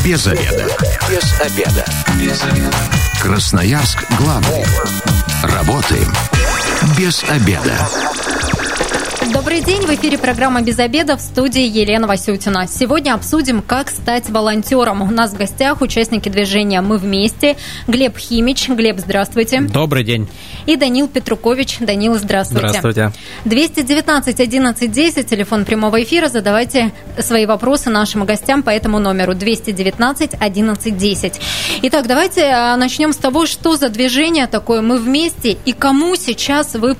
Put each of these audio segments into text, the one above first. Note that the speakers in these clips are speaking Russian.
Без обеда. Без обеда. Без обеда. Красноярск главный. Работаем без обеда. Добрый день, в эфире программа «Без обеда», в студии Елена Васютина. Сегодня обсудим, как стать волонтером. У нас в гостях участники движения «Мы вместе». Глеб Химич. Глеб, здравствуйте. Добрый день. И Данил Петрукович. Данил, здравствуйте. Здравствуйте. 219 11 10, телефон прямого эфира. Задавайте свои вопросы нашим гостям по этому номеру 219 11 10. Итак, давайте начнем с того, что за движение такое «Мы вместе» и кому сейчас вы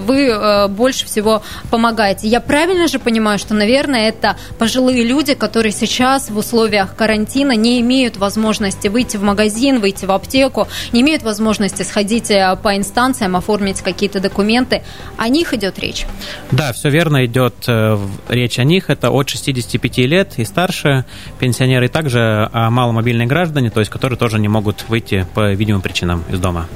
больше всего помогаете. Я правильно же понимаю, что, наверное, это пожилые люди, которые сейчас в условиях карантина не имеют возможности выйти в магазин, выйти в аптеку, не имеют возможности сходить по инстанциям, оформить какие-то документы. О них идет речь? Да, все верно, идет речь о них. Это от 65 лет и старше пенсионеры, и также маломобильные граждане, то есть которые тоже не могут выйти по видимым причинам из дома.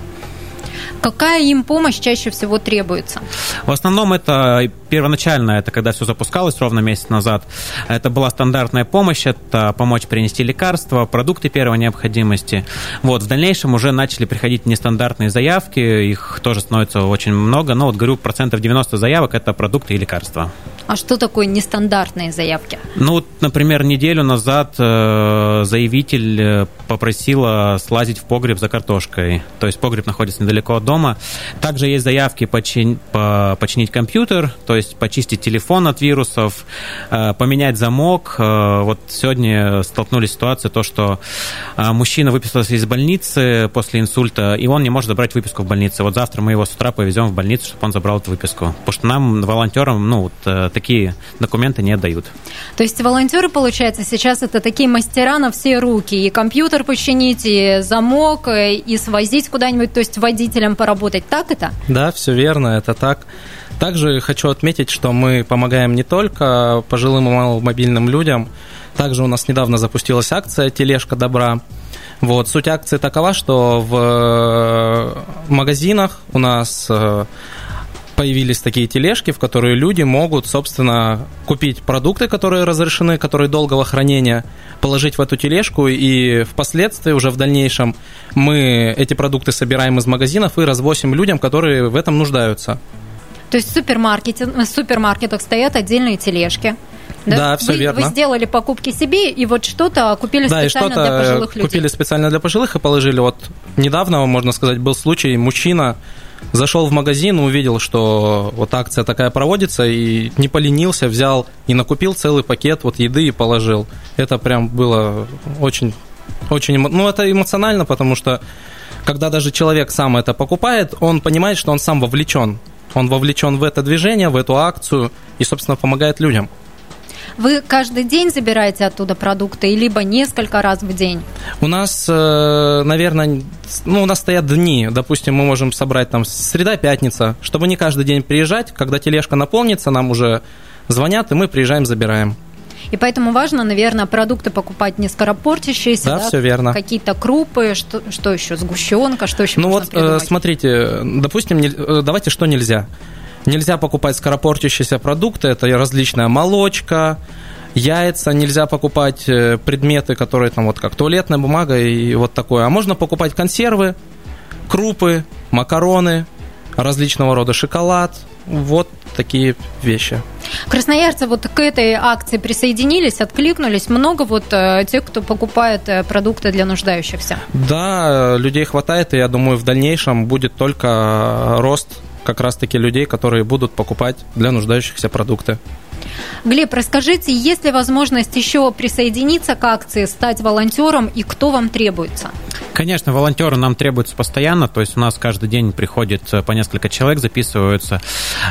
Какая им помощь чаще всего требуется? В основном это первоначально, это когда все запускалось ровно месяц назад, это была стандартная помощь, это помочь принести лекарства, продукты первой необходимости. В дальнейшем уже начали приходить нестандартные заявки, их тоже становится очень много, но говорю, 90% заявок это продукты и лекарства. А что такое нестандартные заявки? Например, неделю назад заявитель попросила слазить в погреб за картошкой, то есть погреб находится недалеко от дома. Также есть заявки починить компьютер, то есть почистить телефон от вирусов, поменять замок. Сегодня столкнулись с ситуацией, что мужчина выписался из больницы после инсульта, и он не может забрать выписку в больнице. Завтра мы его с утра повезем в больницу, чтобы он забрал эту выписку. Потому что нам, волонтерам, такие документы не дают. То есть волонтеры, получается, сейчас это такие мастера на все руки. И компьютер починить, и замок, и свозить куда-нибудь, то есть водителям поработать. Так это? Да, все верно, это так. Также хочу отметить, что мы помогаем не только пожилым и маломобильным людям. Также у нас недавно запустилась акция «Тележка добра». Суть акции такова, что в магазинах у нас появились такие тележки, в которые люди могут, собственно, купить продукты, которые разрешены, которые долгого хранения, положить в эту тележку, и впоследствии, уже в дальнейшем, мы эти продукты собираем из магазинов и развозим людям, которые в этом нуждаются. То есть в супермаркетах стоят отдельные тележки. Да, все верно. Вы сделали покупки себе, и что-то купили специально для пожилых людей. Купили специально для пожилых и положили. Недавно, можно сказать, был случай, мужчина зашел в магазин, увидел, что акция такая проводится, и не поленился, взял и накупил целый пакет еды и положил. Это прям было очень, очень... это эмоционально, потому что когда даже человек сам это покупает, он понимает, что он сам вовлечен. Он вовлечен в это движение, в эту акцию и, собственно, помогает людям. Вы каждый день забираете оттуда продукты, либо несколько раз в день? У нас, наверное, у нас стоят дни. Допустим, мы можем собрать среда-пятница, чтобы не каждый день приезжать. Когда тележка наполнится, нам уже звонят, и мы приезжаем, забираем. И поэтому важно, наверное, продукты покупать не скоропортящиеся, да, все верно. Какие-то крупы, что еще, сгущенка, что еще можно придумать? Смотрите, допустим, давайте, что нельзя. Нельзя покупать скоропортящиеся продукты, это различная молочка, яйца, нельзя покупать предметы, которые как туалетная бумага и такое. А можно покупать консервы, крупы, макароны, различного рода шоколад, такие вещи. Красноярцы к этой акции присоединились, откликнулись. Много тех, кто покупает продукты для нуждающихся? Да, людей хватает, и я думаю, в дальнейшем будет только рост как раз-таки людей, которые будут покупать для нуждающихся продукты. Глеб, расскажите, есть ли возможность еще присоединиться к акции, стать волонтером, и кто вам требуется? Конечно, волонтеры нам требуются постоянно, то есть у нас каждый день приходит по несколько человек, записываются.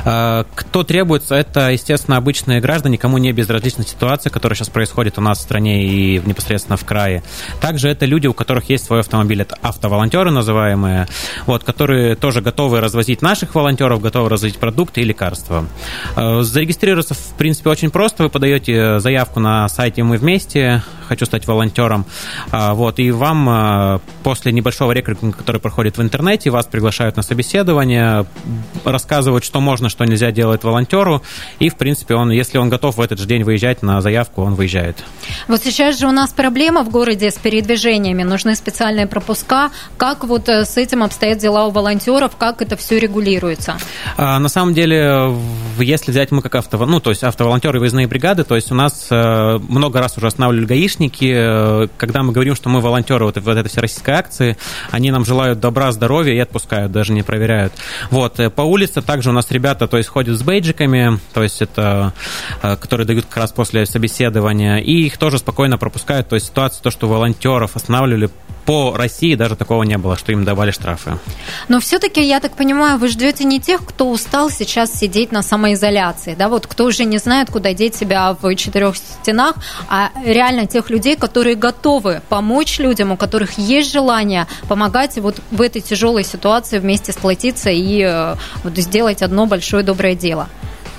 Кто требуется, это, естественно, обычные граждане, кому не безразлична ситуация, которая сейчас происходит у нас в стране и непосредственно в крае. Также это люди, у которых есть свой автомобиль, это автоволонтеры называемые, которые тоже готовы развозить наших волонтеров, готовы развозить продукты и лекарства. Зарегистрироваться, в принципе, очень просто. Вы подаете заявку на сайте «Мы вместе», хочу стать волонтером. Вот, и вам после небольшого рекрутинга, который проходит в интернете, вас приглашают на собеседование, рассказывают, что можно, что нельзя делать волонтеру, и, в принципе, если он готов в этот же день выезжать на заявку, он выезжает. Вот сейчас же у нас проблема в городе с передвижениями, нужны специальные пропуска. Как вот с этим обстоят дела у волонтеров, как это все регулируется? На самом деле, если взять мы как то есть автоволонтеры и выездные бригады, то есть у нас много раз уже останавливали гаишники, когда мы говорим, что мы волонтеры вот этой всероссийской акции, они нам желают добра, здоровья и отпускают, даже не проверяют. Вот, по улице также у нас ребята, то есть ходят с бейджиками, то есть это, которые дают как раз после собеседования, и их тоже спокойно пропускают, то есть ситуация, то, что волонтеров останавливали по России, даже такого не было, что им давали штрафы. Но все-таки, я так понимаю, вы ждете не тех, кто устал сейчас сидеть на самоизоляции, да, вот кто уже не знает, куда деть себя в 4 стенах, а реально тех людей, которые готовы помочь людям, у которых есть желание помогать вот в этой тяжелой ситуации вместе сплотиться и вот сделать одно большое доброе дело.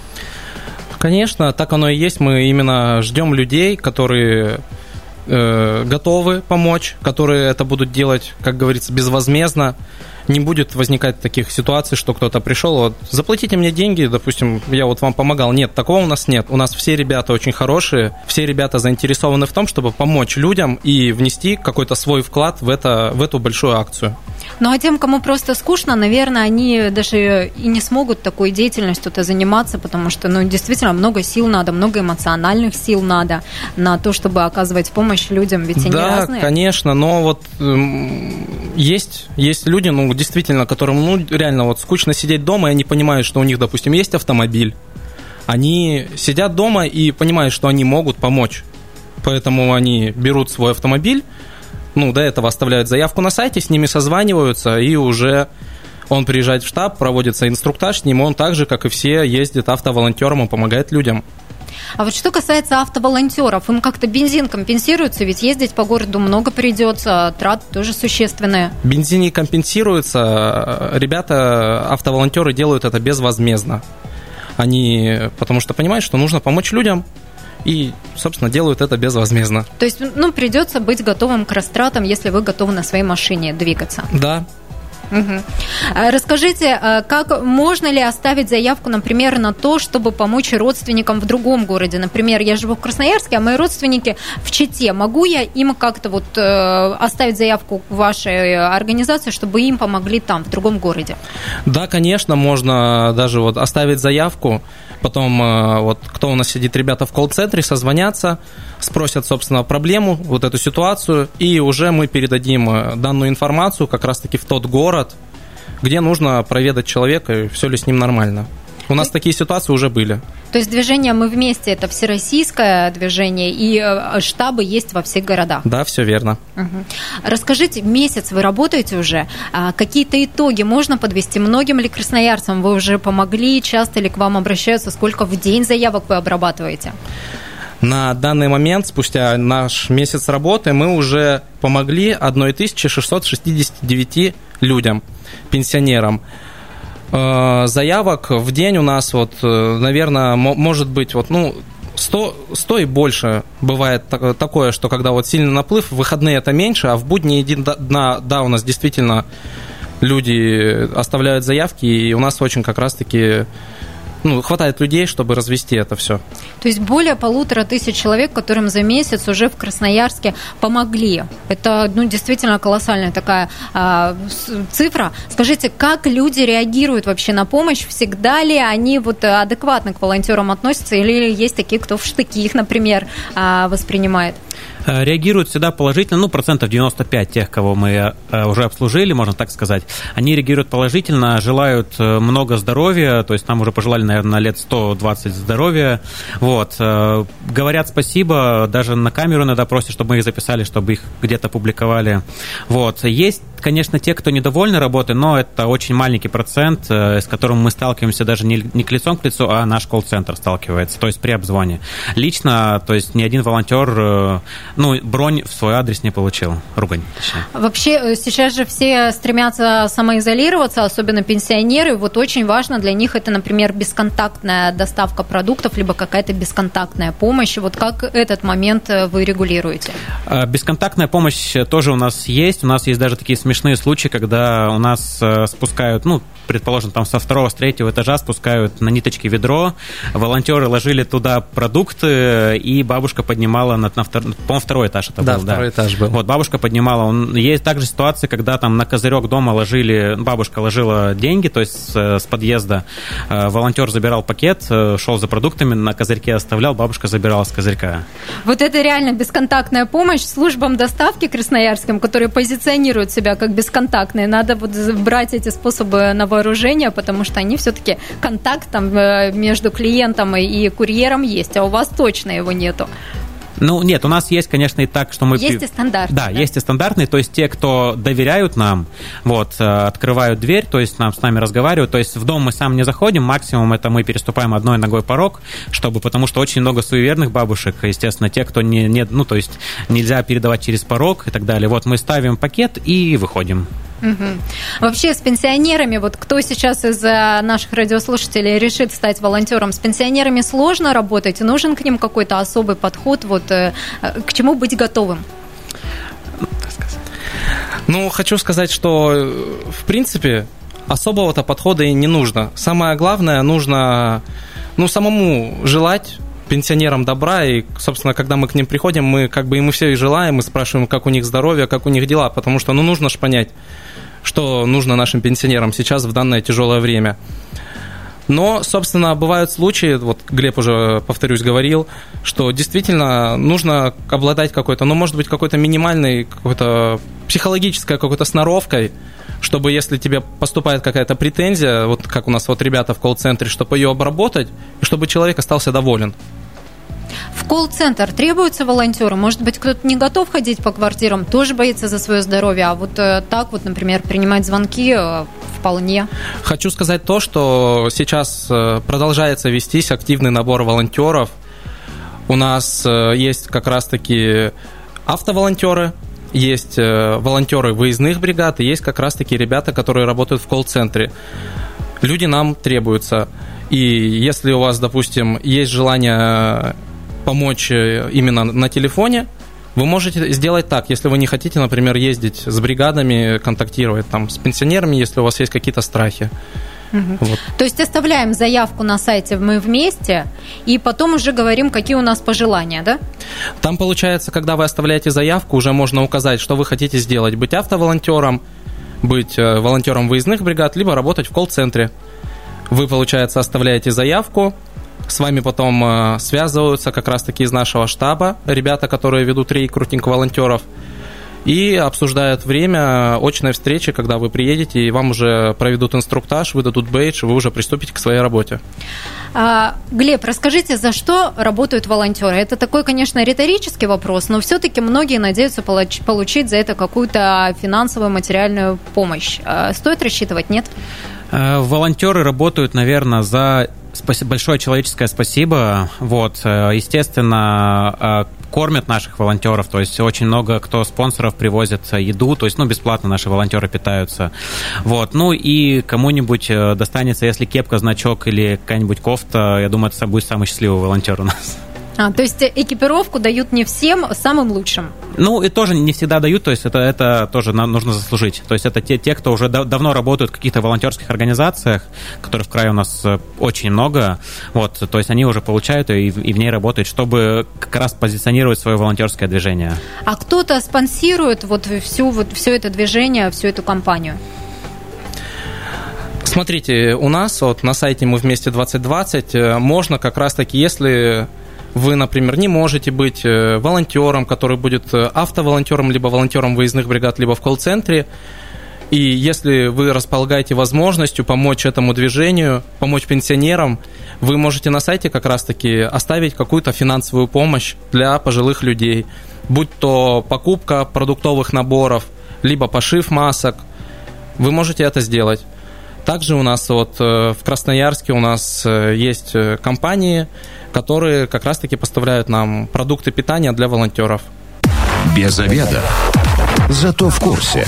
Конечно, так оно и есть. Мы именно ждем людей, которые готовы помочь, которые это будут делать, как говорится, безвозмездно. Не будет возникать таких ситуаций, что кто-то пришел, вот, заплатите мне деньги, допустим, я вот вам помогал. Нет, такого у нас нет. У нас все ребята очень хорошие, все ребята заинтересованы в том, чтобы помочь людям и внести какой-то свой вклад в эту большую акцию. Ну, а тем, кому просто скучно, наверное, они даже и не смогут такой деятельностью-то заниматься, потому что, действительно, много сил надо, много эмоциональных сил надо на то, чтобы оказывать помощь людям, ведь они разные. Да, конечно, но вот есть люди, действительно, которым, реально вот скучно сидеть дома, и они понимают, что у них, допустим, есть автомобиль, они сидят дома и понимают, что они могут помочь, поэтому они берут свой автомобиль, до этого оставляют заявку на сайте, с ними созваниваются, и уже он приезжает в штаб, проводится инструктаж с ним, он так же, как и все, ездит автоволонтером и помогает людям. А вот что касается автоволонтеров, им как-то бензин компенсируется, ведь ездить по городу много придется, траты тоже существенные. Бензин не компенсируется, ребята, автоволонтеры делают это безвозмездно. Потому что понимают, что нужно помочь людям, и, собственно, делают это безвозмездно. То есть, придется быть готовым к растратам, если вы готовы на своей машине двигаться. Да. Угу. Расскажите, как можно ли оставить заявку, например, на то, чтобы помочь родственникам в другом городе? Например, я живу в Красноярске, а мои родственники в Чите. Могу я им как-то оставить заявку в вашей организации, чтобы им помогли там, в другом городе? Да, конечно, можно даже оставить заявку. Потом, кто у нас сидит, ребята в колл-центре, созвонятся, спросят, собственно, проблему, эту ситуацию, и уже мы передадим данную информацию как раз-таки в тот город, где нужно проведать человека, и все ли с ним нормально. У нас такие ситуации уже были. То есть движение «Мы вместе» – это всероссийское движение, и штабы есть во всех городах? Да, все верно. Угу. Расскажите, месяц вы работаете уже, какие-то итоги можно подвести? Многим ли красноярцам вы уже помогли, часто ли к вам обращаются, сколько в день заявок вы обрабатываете? На данный момент, спустя наш месяц работы, мы уже помогли 1669 людям, пенсионерам. Заявок в день у нас, наверное, может быть, 100 и больше. Бывает такое, что когда сильный наплыв, в выходные это меньше, а в будни у нас действительно люди оставляют заявки, и у нас очень как раз-таки хватает людей, чтобы развести это все. То есть более 1500 человек, которым за месяц уже в Красноярске помогли. Это действительно колоссальная такая цифра. Скажите, как люди реагируют вообще на помощь? Всегда ли они адекватно к волонтерам относятся? Или есть такие, кто в штыки их, например, воспринимает? Реагируют всегда положительно, 95% тех, кого мы уже обслужили, можно так сказать, они реагируют положительно, желают много здоровья, то есть нам уже пожелали, наверное, лет 120 здоровья, говорят спасибо, даже на камеру иногда просят, чтобы мы их записали, чтобы их где-то публиковали, есть конечно, те, кто недовольны работой, но это очень маленький процент, с которым мы сталкиваемся даже не лицом к лицу, а наш колл-центр сталкивается, то есть при обзвоне. Лично, то есть ни один волонтер, бронь в свой адрес не получил, ругань, точнее. Вообще, сейчас же все стремятся самоизолироваться, особенно пенсионеры. Вот очень важно для них это, например, бесконтактная доставка продуктов, либо какая-то бесконтактная помощь. Вот как этот момент вы регулируете? Бесконтактная помощь тоже у нас есть. У нас есть даже такие смешные случаи, когда у нас спускают, предположим, там со 2-го, с 3-го этажа спускают на ниточке ведро, волонтеры ложили туда продукты, и бабушка поднимала, по-моему, 2-й этаж это был. Да, 2-й этаж был. Вот, бабушка поднимала. Есть также ситуация, когда там на козырек дома бабушка ложила деньги, то есть с подъезда, волонтер забирал пакет, шел за продуктами, на козырьке оставлял, бабушка забирала с козырька. Вот это реально бесконтактная помощь службам доставки красноярским, которые позиционируют себя как бесконтактные. Надо брать эти способы на вооружение, потому что они все-таки контакт там между клиентом и курьером есть, а у вас точно его нету. Нет, у нас есть, конечно, и так, что мы... Есть и стандартные. Да, есть и стандартные, то есть те, кто доверяют нам, открывают дверь, то есть с нами разговаривают, то есть в дом мы сам не заходим, максимум это мы переступаем одной ногой порог, потому что очень много суеверных бабушек, естественно, те, кто то есть нельзя передавать через порог и так далее. Вот мы ставим пакет и выходим. Угу. Вообще с пенсионерами, кто сейчас из наших радиослушателей решит стать волонтером, с пенсионерами сложно работать, нужен к ним какой-то особый подход, к чему быть готовым? Хочу сказать, что в принципе особого-то подхода и не нужно. Самое главное, нужно самому желать пенсионерам добра, и, собственно, когда мы к ним приходим, мы им и все и желаем, мы спрашиваем, как у них здоровье, как у них дела, потому что, нужно же понять, что нужно нашим пенсионерам сейчас в данное тяжелое время. Но, собственно, бывают случаи, Глеб уже, повторюсь, говорил, что действительно нужно обладать какой-то, может быть, какой-то минимальной, какой-то психологической какой-то сноровкой, чтобы, если тебе поступает какая-то претензия, как у нас ребята в колл-центре, чтобы ее обработать, и чтобы человек остался доволен. В колл-центр требуются волонтеры? Может быть, кто-то не готов ходить по квартирам, тоже боится за свое здоровье, а так, например, принимать звонки вполне. Хочу сказать то, что сейчас продолжается вестись активный набор волонтеров. У нас есть как раз-таки автоволонтеры, есть волонтеры выездных бригад, и есть как раз-таки ребята, которые работают в колл-центре. Люди нам требуются. И если у вас, допустим, есть желание помочь именно на телефоне, вы можете сделать так, если вы не хотите, например, ездить с бригадами, контактировать с пенсионерами, если у вас есть какие-то страхи. Угу. То есть оставляем заявку на сайте «Мы вместе», и потом уже говорим, какие у нас пожелания, да? Там, получается, когда вы оставляете заявку, уже можно указать, что вы хотите сделать. Быть автоволонтером, быть волонтером выездных бригад, либо работать в колл-центре. Вы, получается, оставляете заявку, с вами потом связываются как раз-таки из нашего штаба ребята, которые ведут рекрутинг волонтеров, и обсуждают время очной встречи, когда вы приедете, и вам уже проведут инструктаж, выдадут бейдж, и вы уже приступите к своей работе. Глеб, расскажите, за что работают волонтеры? Это такой, конечно, риторический вопрос, но все-таки многие надеются получить за это какую-то финансовую, материальную помощь. Стоит рассчитывать, нет? Волонтеры работают, наверное, за большое человеческое спасибо. Естественно, кормят наших волонтеров, то есть очень много кто спонсоров привозят еду, то есть, бесплатно наши волонтеры питаются. И кому-нибудь достанется, если кепка, значок или какая-нибудь кофта, я думаю, это будет самый счастливый волонтер у нас. То есть экипировку дают не всем, самым лучшим? И тоже не всегда дают, то есть это тоже нужно заслужить. То есть это те, кто уже давно работают в каких-то волонтерских организациях, которых в крае у нас очень много, то есть они уже получают и в ней работают, чтобы как раз позиционировать свое волонтерское движение. А кто-то спонсирует все это движение, всю эту кампанию? Смотрите, у нас на сайте «Мы вместе 2020» можно как раз-таки, если вы, например, не можете быть волонтером, который будет автоволонтером, либо волонтером выездных бригад, либо в колл-центре, и если вы располагаете возможностью помочь этому движению, помочь пенсионерам, вы можете на сайте как раз-таки оставить какую-то финансовую помощь для пожилых людей, будь то покупка продуктовых наборов, либо пошив масок, вы можете это сделать. Также у нас в Красноярске у нас есть компании, которые как раз-таки поставляют нам продукты питания для волонтеров. Без обеда. Зато в курсе.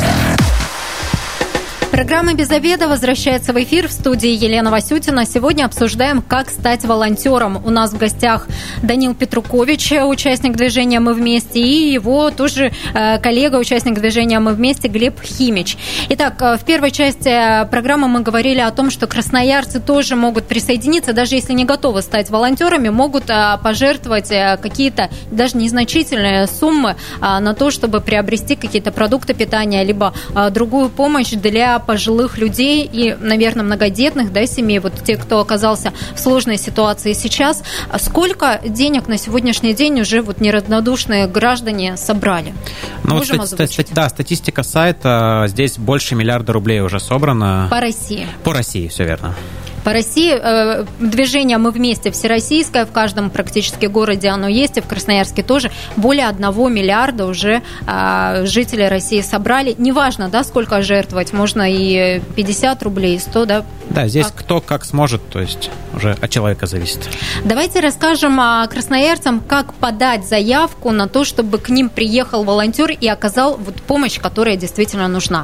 Программа «Без обеда» возвращается в эфир. В студии Елена Васютина. Сегодня обсуждаем, как стать волонтером. У нас в гостях Данил Петрукович, участник движения «Мы вместе», и его тоже коллега, участник движения «Мы вместе» Глеб Химич. Итак, в первой части программы мы говорили о том, что красноярцы тоже могут присоединиться, даже если не готовы стать волонтерами, могут пожертвовать какие-то даже незначительные суммы на то, чтобы приобрести какие-то продукты питания, либо другую помощь для пожилых людей и, наверное, многодетных, да, семей, вот те, кто оказался в сложной ситуации сейчас. Сколько денег на сегодняшний день уже вот неравнодушные граждане собрали? Ну, вот статистика сайта, здесь больше миллиарда рублей уже собрано. По России? По России, все верно. По России движение «Мы вместе» всероссийское, в каждом практически городе оно есть, и в Красноярске тоже. Более 1 миллиарда уже жители России собрали. Неважно, да, сколько жертвовать, можно и 50 рублей, 100, да? Да, здесь кто как сможет, то есть уже от человека зависит. Давайте расскажем красноярцам, как подать заявку на то, чтобы к ним приехал волонтер и оказал вот помощь, которая действительно нужна.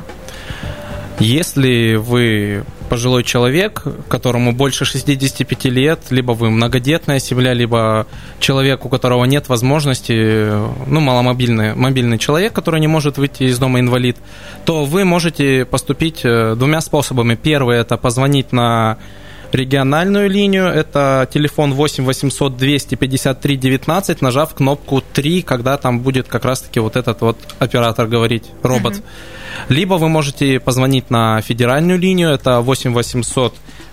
Если вы пожилой человек, которому больше 65 лет, либо вы многодетная семья, либо человек, у которого нет возможности, мобильный человек, который не может выйти из дома, инвалид, то вы можете поступить 2 способами. Первый – это позвонить на региональную линию, это телефон 8 800 253 19, нажав кнопку 3, когда там будет как раз-таки вот этот вот оператор говорить, робот. Либо вы можете позвонить на федеральную линию, это 8 800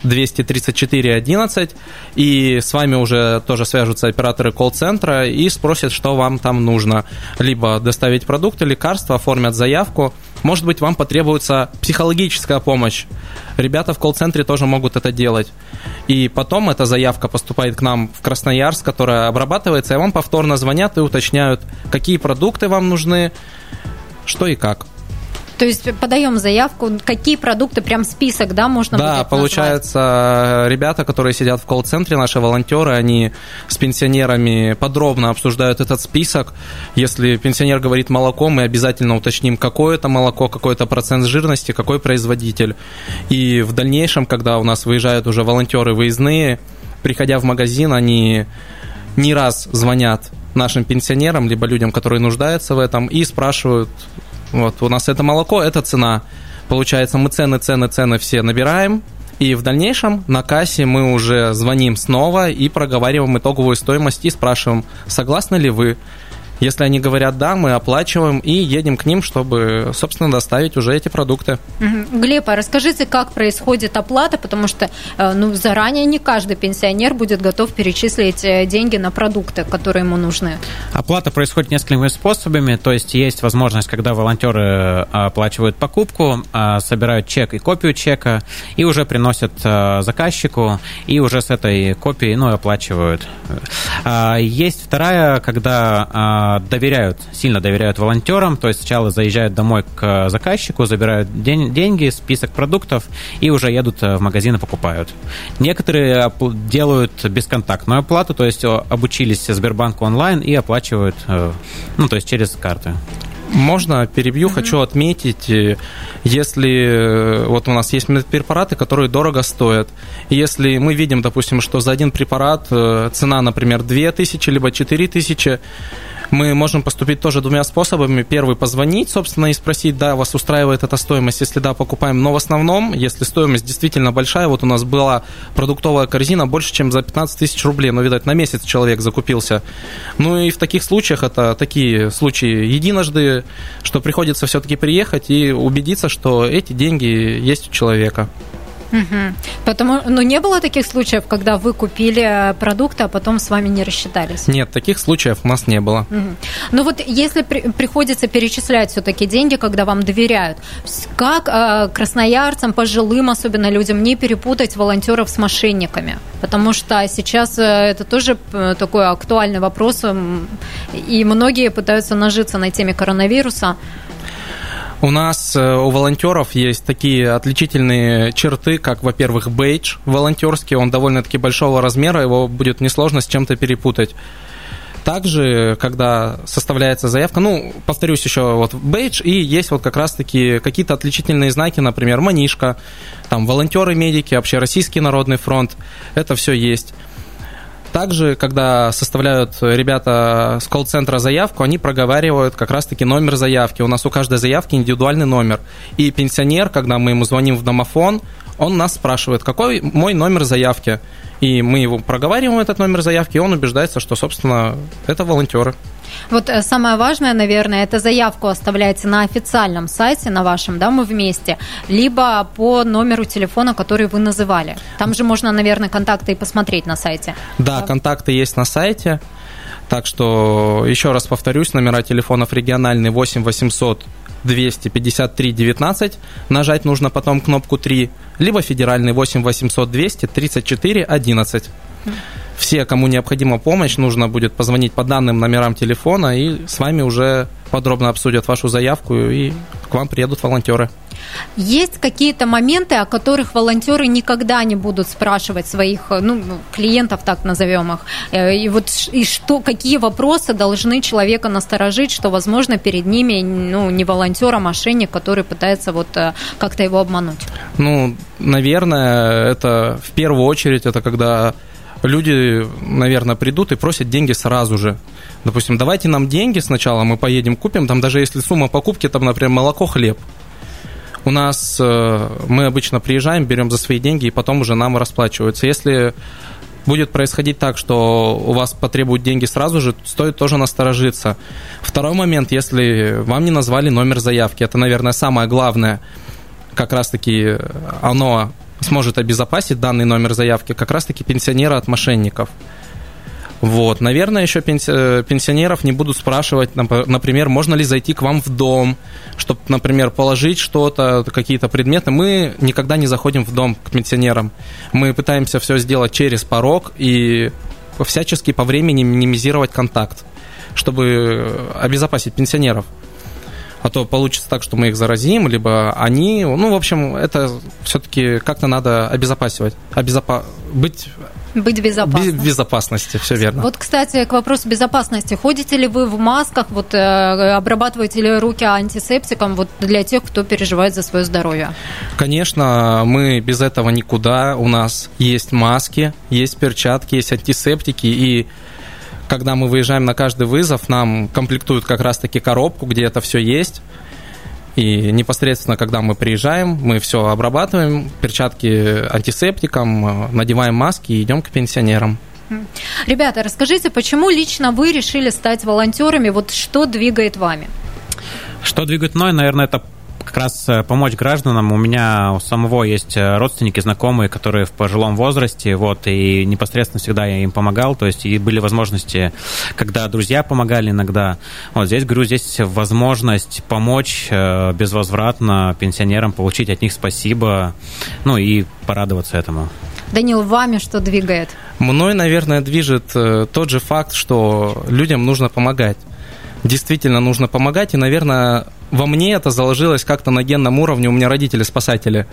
234 11, и с вами уже тоже свяжутся операторы колл-центра и спросят, что вам там нужно. Либо доставить продукты, лекарства, оформят заявку. Может быть, вам потребуется психологическая помощь. Ребята в колл-центре тоже могут это делать. И потом эта заявка поступает к нам в Красноярск, которая обрабатывается, и вам повторно звонят и уточняют, какие продукты вам нужны, что и как. То есть подаем заявку, какие продукты, прям список, да, можно будет назвать? Да, получается, ребята, которые сидят в колл-центре, наши волонтеры, они с пенсионерами подробно обсуждают этот список. Если пенсионер говорит молоко, мы обязательно уточним, какое это молоко, какой это процент жирности, какой производитель. И в дальнейшем, когда у нас выезжают уже волонтеры выездные, приходя в магазин, они не раз звонят нашим пенсионерам, либо людям, которые нуждаются в этом, и спрашивают: вот у нас это молоко, это цена. Получается, мы цены все набираем, и в дальнейшем на кассе мы уже звоним снова и проговариваем итоговую стоимость и спрашиваем, согласны ли вы. Если они говорят «да», мы оплачиваем и едем к ним, чтобы, собственно, доставить уже эти продукты. Глеб, а расскажите, как происходит оплата, потому что заранее не каждый пенсионер будет готов перечислить деньги на продукты, которые ему нужны. Оплата происходит несколькими способами, то есть есть возможность, когда волонтеры оплачивают покупку, собирают чек и копию чека, и уже приносят заказчику, и уже с этой копией оплачивают. Есть вторая, когда сильно доверяют волонтерам, то есть сначала заезжают домой к заказчику, забирают деньги, список продуктов и уже едут в магазин и покупают. Некоторые делают бесконтактную оплату, то есть обучились Сбербанку онлайн и оплачивают, то есть через карты. Можно перебью? Хочу отметить, если вот у нас есть медпрепараты, которые дорого стоят, и если мы видим, допустим, что за один препарат цена, например, 2000 либо 4000, мы можем поступить тоже 2 способами. Первый – позвонить, собственно, и спросить, да, вас устраивает эта стоимость, если да, покупаем. Но в основном, если стоимость действительно большая, вот у нас была продуктовая корзина больше, чем за 15 тысяч рублей, видать, на месяц человек закупился. И в таких случаях, это такие случаи единожды, что приходится все-таки приехать и убедиться, что эти деньги есть у человека. Не было таких случаев, когда вы купили продукты, а потом с вами не рассчитались? Нет, таких случаев у нас не было. Если приходится перечислять все-таки деньги, когда вам доверяют, как красноярцам, пожилым, особенно людям, не перепутать волонтеров с мошенниками? Потому что сейчас это тоже такой актуальный вопрос, и многие пытаются нажиться на теме коронавируса. У нас у волонтеров есть такие отличительные черты, как, во-первых, бейдж волонтерский, он довольно-таки большого размера, его будет несложно с чем-то перепутать. Также, когда составляется заявка, повторюсь еще, вот бейдж, и есть вот как раз-таки какие-то отличительные знаки, например, манишка, там волонтеры-медики, Общероссийский народный фронт, это все есть. Также, когда составляют ребята с колл-центра заявку, они проговаривают как раз-таки номер заявки. У нас у каждой заявки индивидуальный номер. И пенсионер, когда мы ему звоним в домофон, он нас спрашивает, какой мой номер заявки. И мы его проговариваем, этот номер заявки, и он убеждается, что, собственно, это волонтеры. Вот самое важное, наверное, это заявку оставляете на официальном сайте, на вашем, да, «Мы вместе», либо по номеру телефона, который вы называли. Там же можно, наверное, контакты и посмотреть на сайте. Да, контакты есть на сайте. Так что, еще раз повторюсь, номера телефонов региональные 8 800 253 19, нажать нужно потом кнопку 3, либо федеральный 8 800 200 34 11. Все, кому необходима помощь, нужно будет позвонить по данным номерам телефона, и с вами уже подробно обсудят вашу заявку, и к вам приедут волонтеры. Есть какие-то моменты, о которых волонтеры никогда не будут спрашивать своих, клиентов, так назовем их. Какие вопросы должны человека насторожить, что, возможно, перед ними не волонтер, а мошенник, который пытается как-то его обмануть? Наверное, это в первую очередь, это когда люди, наверное, придут и просят деньги сразу же. Допустим, давайте нам деньги сначала, мы поедем купим, там даже если сумма покупки, там, например, молоко, хлеб. У нас мы обычно приезжаем, берем за свои деньги, и потом уже нам расплачиваются. Если будет происходить так, что у вас потребуют деньги сразу же, стоит тоже насторожиться. Второй момент, если вам не назвали номер заявки, это, наверное, самое главное, как раз-таки оно сможет обезопасить данный номер заявки, как раз-таки пенсионера от мошенников. Наверное, еще пенсионеров не будут спрашивать, например, можно ли зайти к вам в дом, чтобы, например, положить что-то, какие-то предметы. Мы никогда не заходим в дом к пенсионерам. Мы пытаемся все сделать через порог и всячески по времени минимизировать контакт, чтобы обезопасить пенсионеров. А то получится так, что мы их заразим, либо они... в общем, это все-таки как-то надо обезопасивать, быть в безопасности, все верно. Кстати, к вопросу безопасности. Ходите ли вы в масках, обрабатываете ли руки антисептиком для тех, кто переживает за свое здоровье? Конечно, мы без этого никуда. У нас есть маски, есть перчатки, есть антисептики, и когда мы выезжаем на каждый вызов, нам комплектуют как раз-таки коробку, где это все есть. И непосредственно, когда мы приезжаем, мы все обрабатываем, перчатки антисептиком, надеваем маски и идем к пенсионерам. Ребята, расскажите, почему лично вы решили стать волонтерами? Что двигает вами? Что двигает мной, наверное, это как раз помочь гражданам. У меня у самого есть родственники, знакомые, которые в пожилом возрасте, и непосредственно всегда я им помогал, то есть и были возможности, когда друзья помогали иногда. Здесь, говорю, здесь возможность помочь безвозвратно пенсионерам, получить от них спасибо, и порадоваться этому. Данил, вами что двигает? Мной, наверное, движет тот же факт, что людям нужно помогать. Действительно нужно помогать, и, наверное, во мне это заложилось как-то на генном уровне, у меня родители спасатели.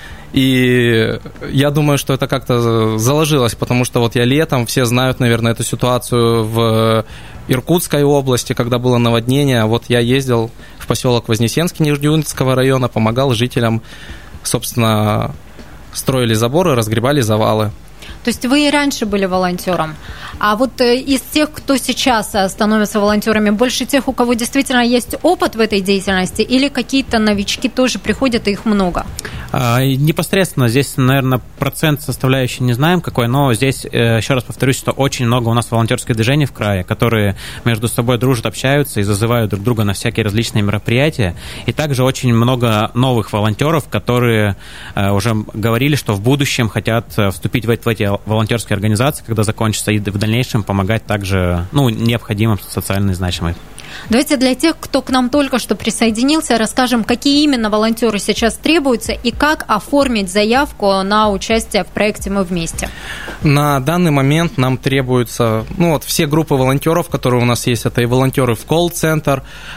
И я думаю, что это как-то заложилось, потому что я летом, все знают, наверное, эту ситуацию в Иркутской области, когда было наводнение. Я ездил в поселок Вознесенский Нижнеудинского района, помогал жителям, собственно, строили заборы, разгребали завалы. То есть вы и раньше были волонтером. А из тех, кто сейчас становится волонтерами, больше тех, у кого действительно есть опыт в этой деятельности, или какие-то новички тоже приходят, и их много? Непосредственно здесь, наверное, процент составляющий не знаем какой, но здесь, еще раз повторюсь, что очень много у нас волонтерских движений в крае, которые между собой дружат, общаются и зазывают друг друга на всякие различные мероприятия. И также очень много новых волонтеров, которые уже говорили, что в будущем хотят вступить в эти волонтерские организации, когда закончится, и в дальнейшем помогать также необходимым, социально значимым. Давайте для тех, кто к нам только что присоединился, расскажем, какие именно волонтеры сейчас требуются и как оформить заявку на участие в проекте «Мы вместе». На данный момент нам требуются все группы волонтеров, которые у нас есть, это и волонтеры в колл-центр,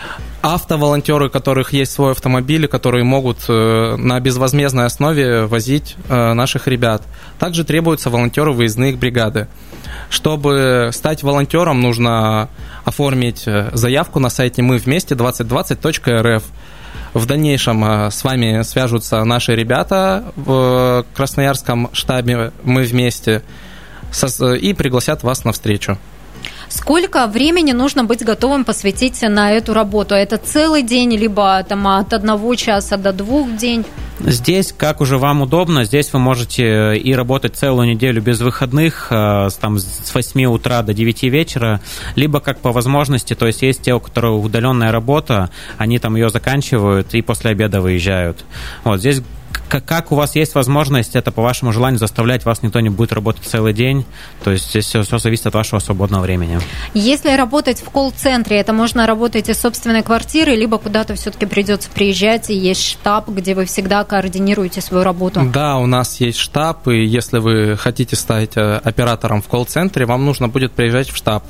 автоволонтеры, у которых есть свой автомобиль, которые могут на безвозмездной основе возить наших ребят. Также требуются волонтеры выездных бригады. Чтобы стать волонтером, нужно оформить заявку на сайте мывместе2020.рф. В дальнейшем с вами свяжутся наши ребята в красноярском штабе «Мы вместе» и пригласят вас на встречу. Сколько времени нужно быть готовым посвятить на эту работу? Это целый день, либо там, от 1 часа до 2 в день? Здесь, как уже вам удобно, здесь вы можете и работать целую неделю без выходных, там, с 8 утра до 9 вечера, либо как по возможности, то есть есть те, у которых удаленная работа, они там ее заканчивают и после обеда выезжают. Вот здесь как у вас есть возможность, это по вашему желанию, заставлять вас никто не будет работать целый день. То есть здесь все зависит от вашего свободного времени. Если работать в колл-центре, это можно работать из собственной квартиры, либо куда-то все-таки придется приезжать, и есть штаб, где вы всегда координируете свою работу? Да, у нас есть штаб, и если вы хотите стать оператором в колл-центре, вам нужно будет приезжать в штаб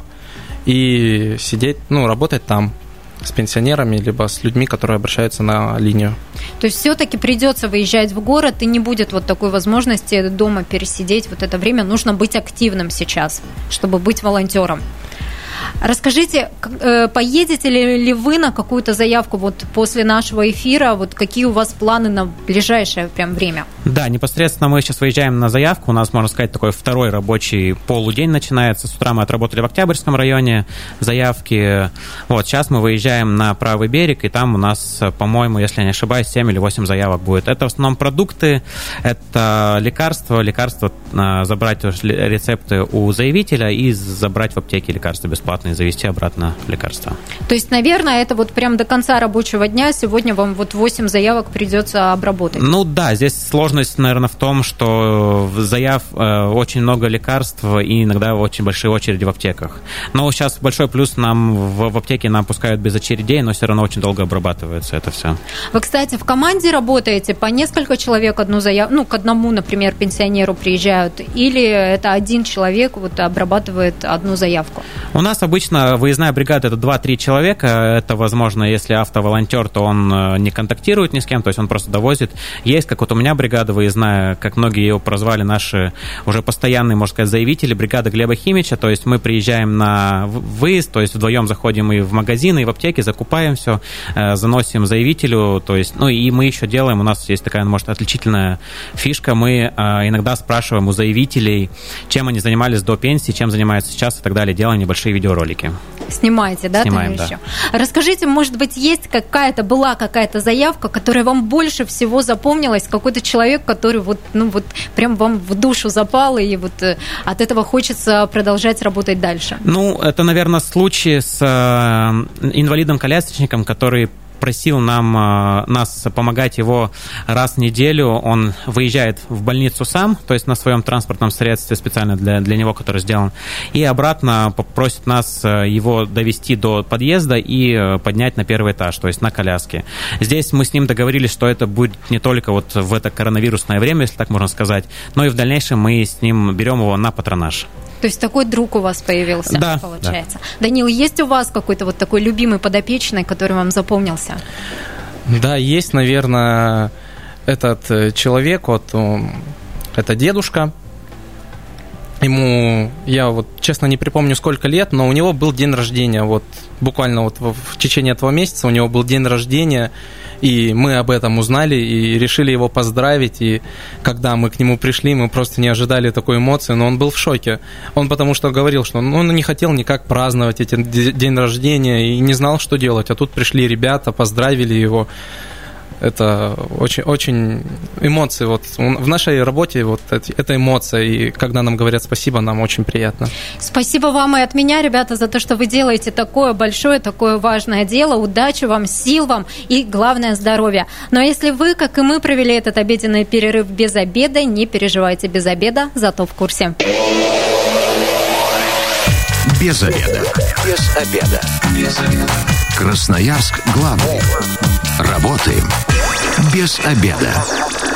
и сидеть, работать там с пенсионерами, либо с людьми, которые обращаются на линию. То есть все-таки придется выезжать в город, и не будет вот такой возможности дома пересидеть вот это время. Нужно быть активным сейчас, чтобы быть волонтером. Расскажите, поедете ли вы на какую-то заявку вот после нашего эфира? Вот какие у вас планы на ближайшее прям время? Да, непосредственно мы сейчас выезжаем на заявку. У нас, можно сказать, такой второй рабочий полудень начинается. С утра мы отработали в Октябрьском районе заявки. Вот, сейчас мы выезжаем на правый берег, и там у нас, по-моему, если я не ошибаюсь, 7 или 8 заявок будет. Это в основном продукты, это лекарства, забрать рецепты у заявителя и забрать в аптеке лекарства бесплатно и завести обратно лекарства. То есть, наверное, это вот прям до конца рабочего дня сегодня вам вот 8 заявок придется обработать? Да, здесь сложность, наверное, в том, что очень много лекарств и иногда очень большие очереди в аптеках. Но сейчас большой плюс нам в аптеке нам пускают без очередей, но все равно очень долго обрабатывается это все. Вы, кстати, в команде работаете, по несколько человек одну заявку, к одному, например, пенсионеру приезжают, или это один человек вот обрабатывает одну заявку? У нас обычно выездная бригада – это 2-3 человека. Это, возможно, если автоволонтер, то он не контактирует ни с кем, то есть он просто довозит. Есть, как вот у меня бригада выездная, как многие ее прозвали, наши уже постоянные, можно сказать, заявители, бригада Глеба Химича, то есть мы приезжаем на выезд, то есть вдвоем заходим и в магазины, и в аптеки, закупаем все, заносим заявителю, то есть, и мы еще делаем, у нас есть такая, может, отличительная фишка, мы иногда спрашиваем у заявителей, чем они занимались до пенсии, чем занимаются сейчас и так далее, делаем небольшие видеоролики. Снимаете, да? Снимаем, да. Расскажите, может быть, была какая-то заявка, которая вам больше всего запомнилась, какой-то человек, который прям вам в душу запал, и вот от этого хочется продолжать работать дальше? Это, наверное, случай с инвалидом-колясочником, который просил нас помогать его раз в неделю. Он выезжает в больницу сам, то есть на своем транспортном средстве специально для него, который сделан, и обратно просит нас его довести до подъезда и поднять на первый этаж, то есть на коляске. Здесь мы с ним договорились, что это будет не только вот в это коронавирусное время, если так можно сказать, но и в дальнейшем мы с ним берем его на патронаж. То есть такой друг у вас появился, да, получается. Да. Данил, есть у вас какой-то вот такой любимый подопечный, который вам запомнился? Да, есть, наверное, этот человек, это дедушка. Ему, я честно не припомню, сколько лет, но у него был день рождения, буквально в течение этого месяца у него был день рождения, и мы об этом узнали и решили его поздравить, и когда мы к нему пришли, мы просто не ожидали такой эмоции, но он был в шоке. Он потому что говорил, что он не хотел никак праздновать этот день рождения и не знал, что делать, а тут пришли ребята, поздравили его. Это очень эмоции. В нашей работе это эмоция, и когда нам говорят спасибо, нам очень приятно. Спасибо вам и от меня, ребята, за то, что вы делаете такое большое, такое важное дело. Удачи вам, сил вам и, главное, здоровья. Но если вы, как и мы, провели этот обеденный перерыв без обеда, не переживайте, без обеда, зато в курсе. Без обеда. Без обеда. Без обеда. Красноярск главный. Работаем без обеда.